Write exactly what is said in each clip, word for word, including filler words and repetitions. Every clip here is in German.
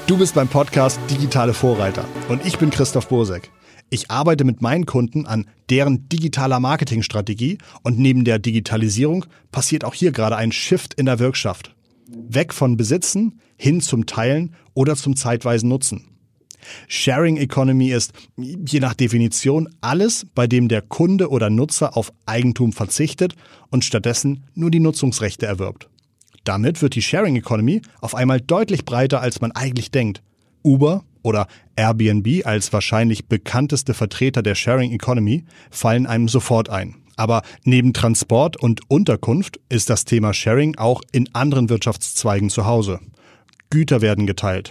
Du bist beim Podcast Digitale Vorreiter und ich bin Christoph Bosek. Ich arbeite mit meinen Kunden an deren digitaler Marketingstrategie und neben der Digitalisierung passiert auch hier gerade ein Shift in der Wirtschaft. Weg von Besitzen hin zum Teilen oder zum zeitweisen Nutzen. Sharing Economy ist, je nach Definition, alles, bei dem der Kunde oder Nutzer auf Eigentum verzichtet und stattdessen nur die Nutzungsrechte erwirbt. Damit wird die Sharing Economy auf einmal deutlich breiter, als man eigentlich denkt. Uber oder Airbnb als wahrscheinlich bekannteste Vertreter der Sharing Economy fallen einem sofort ein. Aber neben Transport und Unterkunft ist das Thema Sharing auch in anderen Wirtschaftszweigen zu Hause. Güter werden geteilt.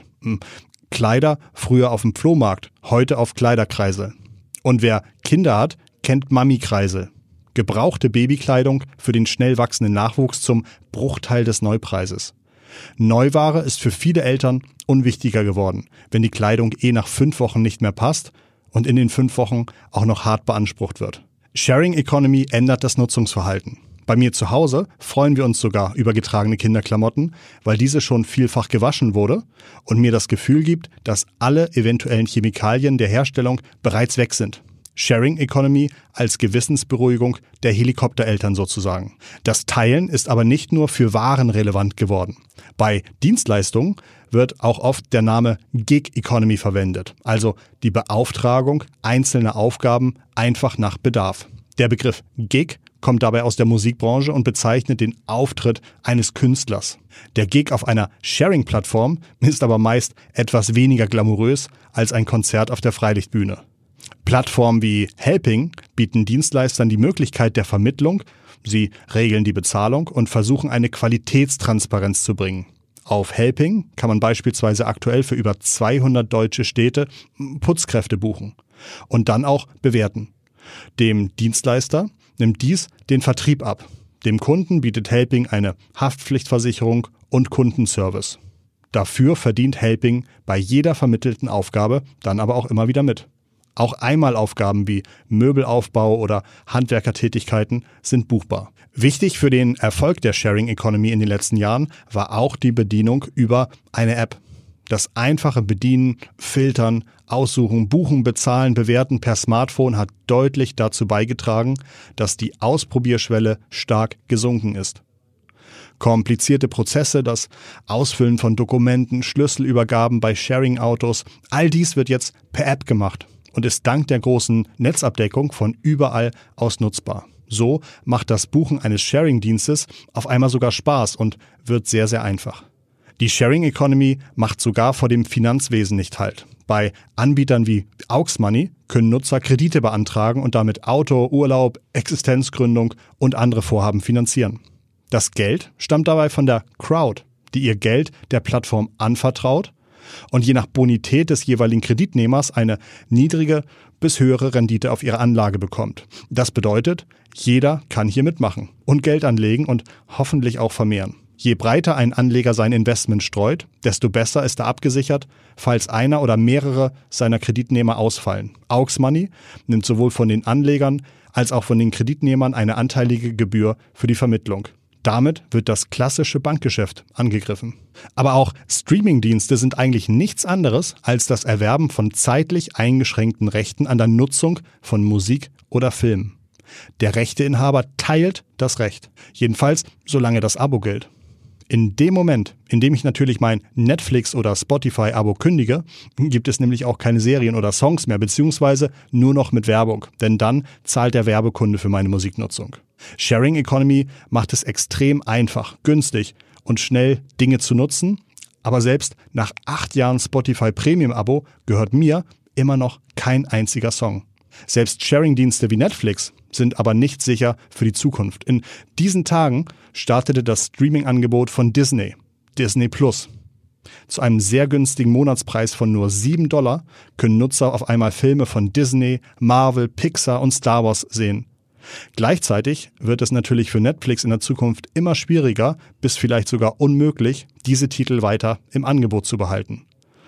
Kleider früher auf dem Flohmarkt, heute auf Kleiderkreisel. Und wer Kinder hat, kennt Mami-Kreisel. Gebrauchte Babykleidung für den schnell wachsenden Nachwuchs zum Bruchteil des Neupreises. Neuware ist für viele Eltern unwichtiger geworden, wenn die Kleidung eh nach fünf Wochen nicht mehr passt und in den fünf Wochen auch noch hart beansprucht wird. Sharing Economy ändert das Nutzungsverhalten. Bei mir zu Hause freuen wir uns sogar über getragene Kinderklamotten, weil diese schon vielfach gewaschen wurde und mir das Gefühl gibt, dass alle eventuellen Chemikalien der Herstellung bereits weg sind. Sharing Economy als Gewissensberuhigung der Helikoptereltern sozusagen. Das Teilen ist aber nicht nur für Waren relevant geworden. Bei Dienstleistungen wird auch oft der Name Gig Economy verwendet, also die Beauftragung einzelner Aufgaben einfach nach Bedarf. Der Begriff Gig kommt dabei aus der Musikbranche und bezeichnet den Auftritt eines Künstlers. Der Gig auf einer Sharing-Plattform ist aber meist etwas weniger glamourös als ein Konzert auf der Freilichtbühne. Plattformen wie Helping bieten Dienstleistern die Möglichkeit der Vermittlung, sie regeln die Bezahlung und versuchen eine Qualitätstransparenz zu bringen. Auf Helping kann man beispielsweise aktuell für über zweihundert deutsche Städte Putzkräfte buchen und dann auch bewerten. Dem Dienstleister nimmt dies den Vertrieb ab. Dem Kunden bietet Helping eine Haftpflichtversicherung und Kundenservice. Dafür verdient Helping bei jeder vermittelten Aufgabe dann aber auch immer wieder mit. Auch Einmalaufgaben wie Möbelaufbau oder Handwerkertätigkeiten sind buchbar. Wichtig für den Erfolg der Sharing Economy in den letzten Jahren war auch die Bedienung über eine App. Das einfache Bedienen, Filtern, Aussuchen, Buchen, Bezahlen, Bewerten per Smartphone hat deutlich dazu beigetragen, dass die Ausprobierschwelle stark gesunken ist. Komplizierte Prozesse, das Ausfüllen von Dokumenten, Schlüsselübergaben bei Sharing-Autos, all dies wird jetzt per App gemacht und ist dank der großen Netzabdeckung von überall aus nutzbar. So macht das Buchen eines Sharing-Dienstes auf einmal sogar Spaß und wird sehr, sehr einfach. Die Sharing Economy macht sogar vor dem Finanzwesen nicht Halt. Bei Anbietern wie Auxmoney können Nutzer Kredite beantragen und damit Auto, Urlaub, Existenzgründung und andere Vorhaben finanzieren. Das Geld stammt dabei von der Crowd, die ihr Geld der Plattform anvertraut und je nach Bonität des jeweiligen Kreditnehmers eine niedrige bis höhere Rendite auf ihre Anlage bekommt. Das bedeutet, jeder kann hier mitmachen und Geld anlegen und hoffentlich auch vermehren. Je breiter ein Anleger sein Investment streut, desto besser ist er abgesichert, falls einer oder mehrere seiner Kreditnehmer ausfallen. Auxmoney nimmt sowohl von den Anlegern als auch von den Kreditnehmern eine anteilige Gebühr für die Vermittlung. Damit wird das klassische Bankgeschäft angegriffen. Aber auch Streamingdienste sind eigentlich nichts anderes als das Erwerben von zeitlich eingeschränkten Rechten an der Nutzung von Musik oder Filmen. Der Rechteinhaber teilt das Recht. Jedenfalls, solange das Abo gilt. In dem Moment, in dem ich natürlich mein Netflix- oder Spotify-Abo kündige, gibt es nämlich auch keine Serien oder Songs mehr, beziehungsweise nur noch mit Werbung. Denn dann zahlt der Werbekunde für meine Musiknutzung. Sharing Economy macht es extrem einfach, günstig und schnell Dinge zu nutzen. Aber selbst nach acht Jahren Spotify Premium-Abo gehört mir immer noch kein einziger Song. Selbst Sharing-Dienste wie Netflix sind aber nicht sicher für die Zukunft. In diesen Tagen startete das Streaming-Angebot von Disney, Disney Plus. Zu einem sehr günstigen Monatspreis von nur sieben Dollar können Nutzer auf einmal Filme von Disney, Marvel, Pixar und Star Wars sehen. Gleichzeitig wird es natürlich für Netflix in der Zukunft immer schwieriger, bis vielleicht sogar unmöglich, diese Titel weiter im Angebot zu behalten.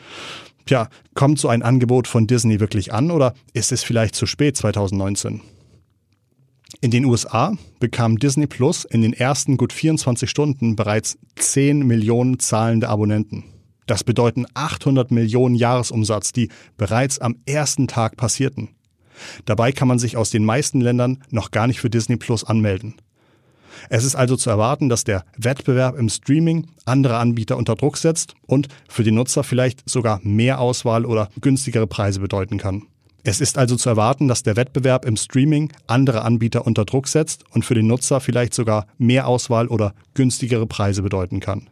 Tja, kommt so ein Angebot von Disney wirklich an oder ist es vielleicht zu spät zwanzig neunzehn? In den U S A bekam Disney Plus in den ersten gut vierundzwanzig Stunden bereits zehn Millionen zahlende Abonnenten. Das bedeuten achthundert Millionen Jahresumsatz, die bereits am ersten Tag passierten. Dabei kann man sich aus den meisten Ländern noch gar nicht für Disney Plus anmelden. Es ist also zu erwarten, dass der Wettbewerb im Streaming andere Anbieter unter Druck setzt und für die Nutzer vielleicht sogar mehr Auswahl oder günstigere Preise bedeuten kann. Es ist also zu erwarten, dass der Wettbewerb im Streaming andere Anbieter unter Druck setzt und für den Nutzer vielleicht sogar mehr Auswahl oder günstigere Preise bedeuten kann.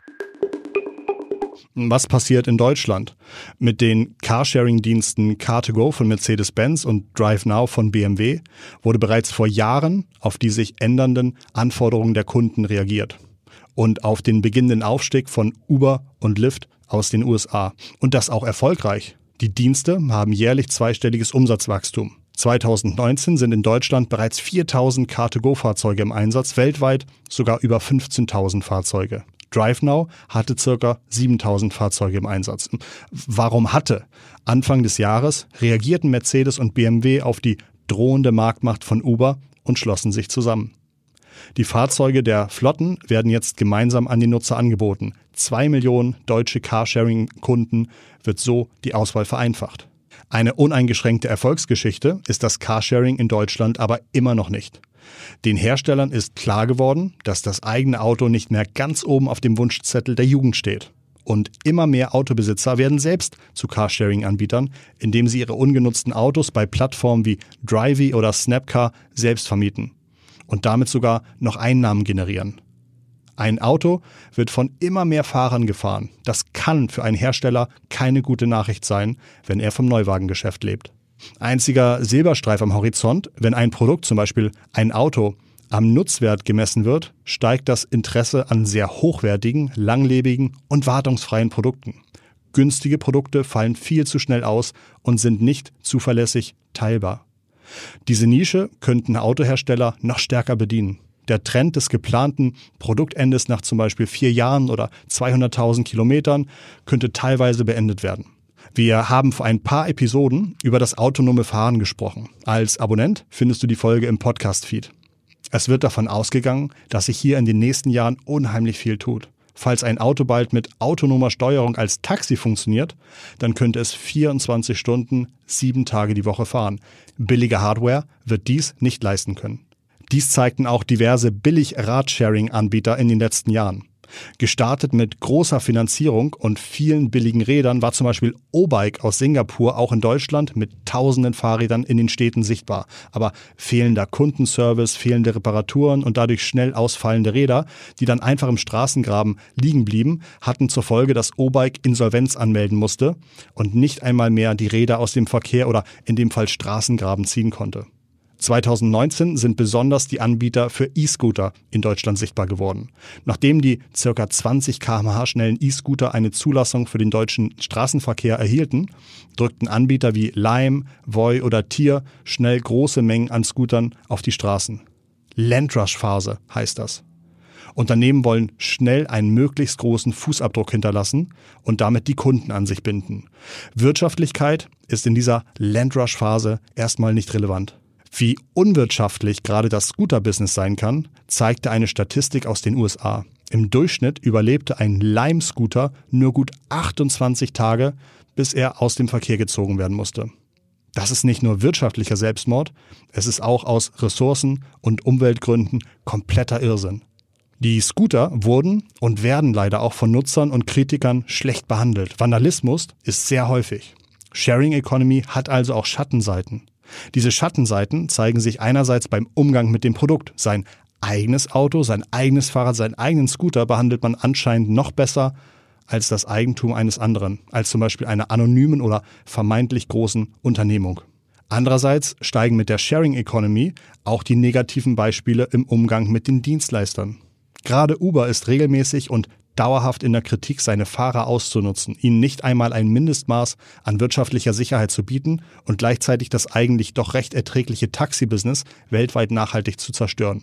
Was passiert in Deutschland? Mit den Carsharing-Diensten car to go von Mercedes-Benz und DriveNow von B M W wurde bereits vor Jahren auf die sich ändernden Anforderungen der Kunden reagiert und auf den beginnenden Aufstieg von Uber und Lyft aus den U S A. Und das auch erfolgreich. Die Dienste haben jährlich zweistelliges Umsatzwachstum. zweitausendneunzehn sind in Deutschland bereits viertausend car to go Fahrzeuge im Einsatz, weltweit sogar über fünfzehntausend Fahrzeuge. DriveNow hatte ca. siebentausend Fahrzeuge im Einsatz. Warum hatte? Anfang des Jahres reagierten Mercedes und B M W auf die drohende Marktmacht von Uber und schlossen sich zusammen. Die Fahrzeuge der Flotten werden jetzt gemeinsam an die Nutzer angeboten. Zwei Millionen deutsche Carsharing-Kunden wird so die Auswahl vereinfacht. Eine uneingeschränkte Erfolgsgeschichte ist das Carsharing in Deutschland aber immer noch nicht. Den Herstellern ist klar geworden, dass das eigene Auto nicht mehr ganz oben auf dem Wunschzettel der Jugend steht. Und immer mehr Autobesitzer werden selbst zu Carsharing-Anbietern, indem sie ihre ungenutzten Autos bei Plattformen wie Drivey oder Snapcar selbst vermieten und damit sogar noch Einnahmen generieren. Ein Auto wird von immer mehr Fahrern gefahren. Das kann für einen Hersteller keine gute Nachricht sein, wenn er vom Neuwagengeschäft lebt. Einziger Silberstreif am Horizont: Wenn ein Produkt, zum Beispiel ein Auto, am Nutzwert gemessen wird, steigt das Interesse an sehr hochwertigen, langlebigen und wartungsfreien Produkten. Günstige Produkte fallen viel zu schnell aus und sind nicht zuverlässig teilbar. Diese Nische könnten Autohersteller noch stärker bedienen. Der Trend des geplanten Produktendes nach zum Beispiel vier Jahren oder zweihunderttausend Kilometern könnte teilweise beendet werden. Wir haben vor ein paar Episoden über das autonome Fahren gesprochen. Als Abonnent findest du die Folge im Podcast-Feed. Es wird davon ausgegangen, dass sich hier in den nächsten Jahren unheimlich viel tut. Falls ein Auto bald mit autonomer Steuerung als Taxi funktioniert, dann könnte es vierundzwanzig Stunden, sieben Tage die Woche fahren. Billige Hardware wird dies nicht leisten können. Dies zeigten auch diverse Billig-Radsharing-Anbieter in den letzten Jahren. Gestartet mit großer Finanzierung und vielen billigen Rädern war zum Beispiel O-Bike aus Singapur auch in Deutschland mit tausenden Fahrrädern in den Städten sichtbar. Aber fehlender Kundenservice, fehlende Reparaturen und dadurch schnell ausfallende Räder, die dann einfach im Straßengraben liegen blieben, hatten zur Folge, dass O-Bike Insolvenz anmelden musste und nicht einmal mehr die Räder aus dem Verkehr oder in dem Fall Straßengraben ziehen konnte. zweitausendneunzehn sind besonders die Anbieter für E-Scooter in Deutschland sichtbar geworden. Nachdem die ca. zwanzig Kilometer pro Stunde schnellen E-Scooter eine Zulassung für den deutschen Straßenverkehr erhielten, drückten Anbieter wie Lime, Voi oder Tier schnell große Mengen an Scootern auf die Straßen. Landrush-Phase heißt das. Unternehmen wollen schnell einen möglichst großen Fußabdruck hinterlassen und damit die Kunden an sich binden. Wirtschaftlichkeit ist in dieser Landrush-Phase erstmal nicht relevant. Wie unwirtschaftlich gerade das Scooter-Business sein kann, zeigte eine Statistik aus den U S A. Im Durchschnitt überlebte ein Lime-Scooter nur gut achtundzwanzig Tage, bis er aus dem Verkehr gezogen werden musste. Das ist nicht nur wirtschaftlicher Selbstmord, es ist auch aus Ressourcen- und Umweltgründen kompletter Irrsinn. Die Scooter wurden und werden leider auch von Nutzern und Kritikern schlecht behandelt. Vandalismus ist sehr häufig. Sharing Economy hat also auch Schattenseiten. Diese Schattenseiten zeigen sich einerseits beim Umgang mit dem Produkt. Sein eigenes Auto, sein eigenes Fahrrad, seinen eigenen Scooter behandelt man anscheinend noch besser als das Eigentum eines anderen, als zum Beispiel einer anonymen oder vermeintlich großen Unternehmung. Andererseits steigen mit der Sharing Economy auch die negativen Beispiele im Umgang mit den Dienstleistern. Gerade Uber ist regelmäßig und dauerhaft in der Kritik, seine Fahrer auszunutzen, ihnen nicht einmal ein Mindestmaß an wirtschaftlicher Sicherheit zu bieten und gleichzeitig das eigentlich doch recht erträgliche Taxi-Business weltweit nachhaltig zu zerstören.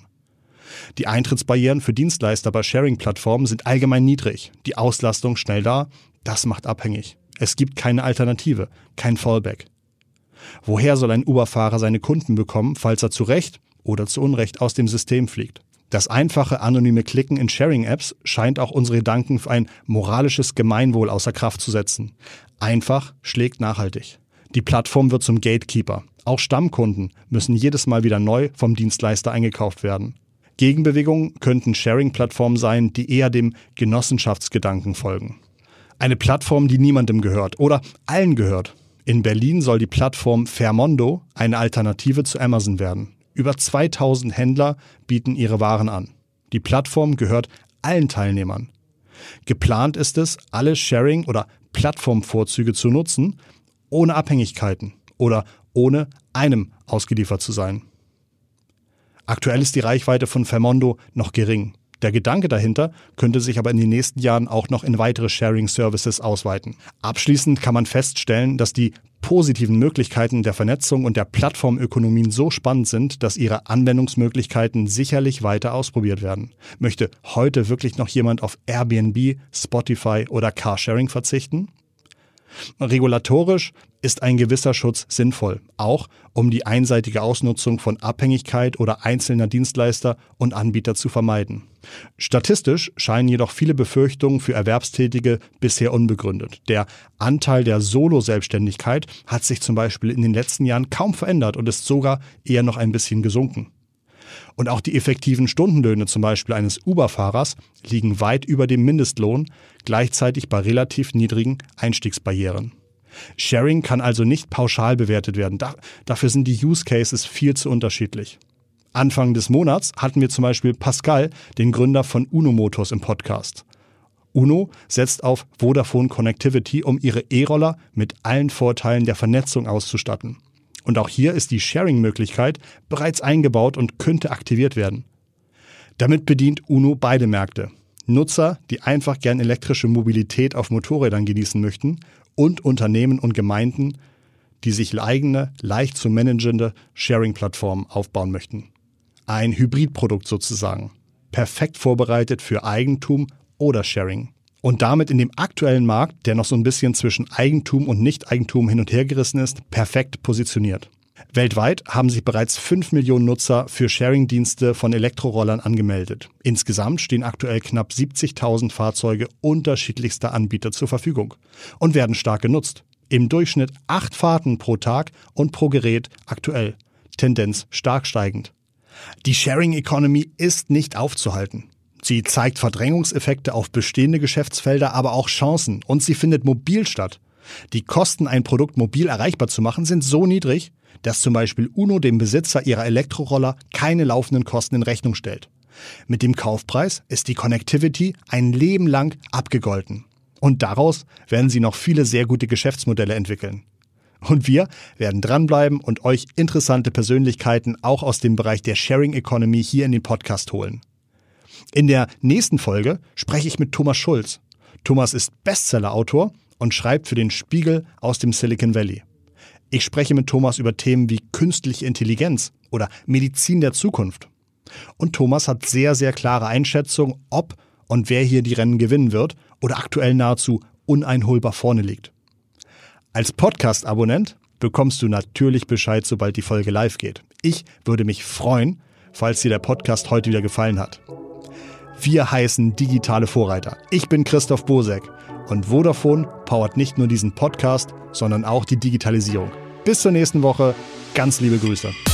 Die Eintrittsbarrieren für Dienstleister bei Sharing-Plattformen sind allgemein niedrig, die Auslastung schnell da, das macht abhängig. Es gibt keine Alternative, kein Fallback. Woher soll ein Uber-Fahrer seine Kunden bekommen, falls er zu Recht oder zu Unrecht aus dem System fliegt? Das einfache, anonyme Klicken in Sharing-Apps scheint auch unsere Gedanken für ein moralisches Gemeinwohl außer Kraft zu setzen. Einfach schlägt nachhaltig. Die Plattform wird zum Gatekeeper. Auch Stammkunden müssen jedes Mal wieder neu vom Dienstleister eingekauft werden. Gegenbewegungen könnten Sharing-Plattformen sein, die eher dem Genossenschaftsgedanken folgen. Eine Plattform, die niemandem gehört oder allen gehört. In Berlin soll die Plattform Fairmondo eine Alternative zu Amazon werden. Über zweitausend Händler bieten ihre Waren an. Die Plattform gehört allen Teilnehmern. Geplant ist es, alle Sharing- oder Plattformvorzüge zu nutzen, ohne Abhängigkeiten oder ohne einem ausgeliefert zu sein. Aktuell ist die Reichweite von Fairmondo noch gering. Der Gedanke dahinter könnte sich aber in den nächsten Jahren auch noch in weitere Sharing-Services ausweiten. Abschließend kann man feststellen, dass die positiven Möglichkeiten der Vernetzung und der Plattformökonomien so spannend sind, dass ihre Anwendungsmöglichkeiten sicherlich weiter ausprobiert werden. Möchte heute wirklich noch jemand auf Airbnb, Spotify oder Carsharing verzichten? Regulatorisch ist ein gewisser Schutz sinnvoll, auch um die einseitige Ausnutzung von Abhängigkeit oder einzelner Dienstleister und Anbieter zu vermeiden. Statistisch scheinen jedoch viele Befürchtungen für Erwerbstätige bisher unbegründet. Der Anteil der Solo-Selbstständigkeit hat sich zum Beispiel in den letzten Jahren kaum verändert und ist sogar eher noch ein bisschen gesunken. Und auch die effektiven Stundenlöhne zum Beispiel eines Uber-Fahrers liegen weit über dem Mindestlohn, gleichzeitig bei relativ niedrigen Einstiegsbarrieren. Sharing kann also nicht pauschal bewertet werden. Da, dafür sind die Use Cases viel zu unterschiedlich. Anfang des Monats hatten wir zum Beispiel Pascal, den Gründer von Uno Motors, im Podcast. Uno setzt auf Vodafone Connectivity, um ihre E-Roller mit allen Vorteilen der Vernetzung auszustatten. Und auch hier ist die Sharing-Möglichkeit bereits eingebaut und könnte aktiviert werden. Damit bedient Uno beide Märkte. Nutzer, die einfach gern elektrische Mobilität auf Motorrädern genießen möchten, und Unternehmen und Gemeinden, die sich eigene, leicht zu managende Sharing-Plattformen aufbauen möchten. Ein Hybridprodukt sozusagen. Perfekt vorbereitet für Eigentum oder Sharing. Und damit in dem aktuellen Markt, der noch so ein bisschen zwischen Eigentum und Nicht-Eigentum hin und her gerissen ist, perfekt positioniert. Weltweit haben sich bereits fünf Millionen Nutzer für Sharing-Dienste von Elektrorollern angemeldet. Insgesamt stehen aktuell knapp siebzigtausend Fahrzeuge unterschiedlichster Anbieter zur Verfügung und werden stark genutzt. Im Durchschnitt acht Fahrten pro Tag und pro Gerät aktuell. Tendenz stark steigend. Die Sharing Economy ist nicht aufzuhalten. Sie zeigt Verdrängungseffekte auf bestehende Geschäftsfelder, aber auch Chancen, und sie findet mobil statt. Die Kosten, ein Produkt mobil erreichbar zu machen, sind so niedrig, dass zum Beispiel Uno dem Besitzer ihrer Elektroroller keine laufenden Kosten in Rechnung stellt. Mit dem Kaufpreis ist die Connectivity ein Leben lang abgegolten. Und daraus werden sie noch viele sehr gute Geschäftsmodelle entwickeln. Und wir werden dranbleiben und euch interessante Persönlichkeiten auch aus dem Bereich der Sharing Economy hier in den Podcast holen. In der nächsten Folge spreche ich mit Thomas Schulz. Thomas ist Bestseller-Autor und schreibt für den Spiegel aus dem Silicon Valley. Ich spreche mit Thomas über Themen wie künstliche Intelligenz oder Medizin der Zukunft. Und Thomas hat sehr, sehr klare Einschätzungen, ob und wer hier die Rennen gewinnen wird oder aktuell nahezu uneinholbar vorne liegt. Als Podcast-Abonnent bekommst du natürlich Bescheid, sobald die Folge live geht. Ich würde mich freuen, falls dir der Podcast heute wieder gefallen hat. Wir heißen Digitale Vorreiter. Ich bin Christoph Bosek und Vodafone powert nicht nur diesen Podcast, sondern auch die Digitalisierung. Bis zur nächsten Woche. Ganz liebe Grüße.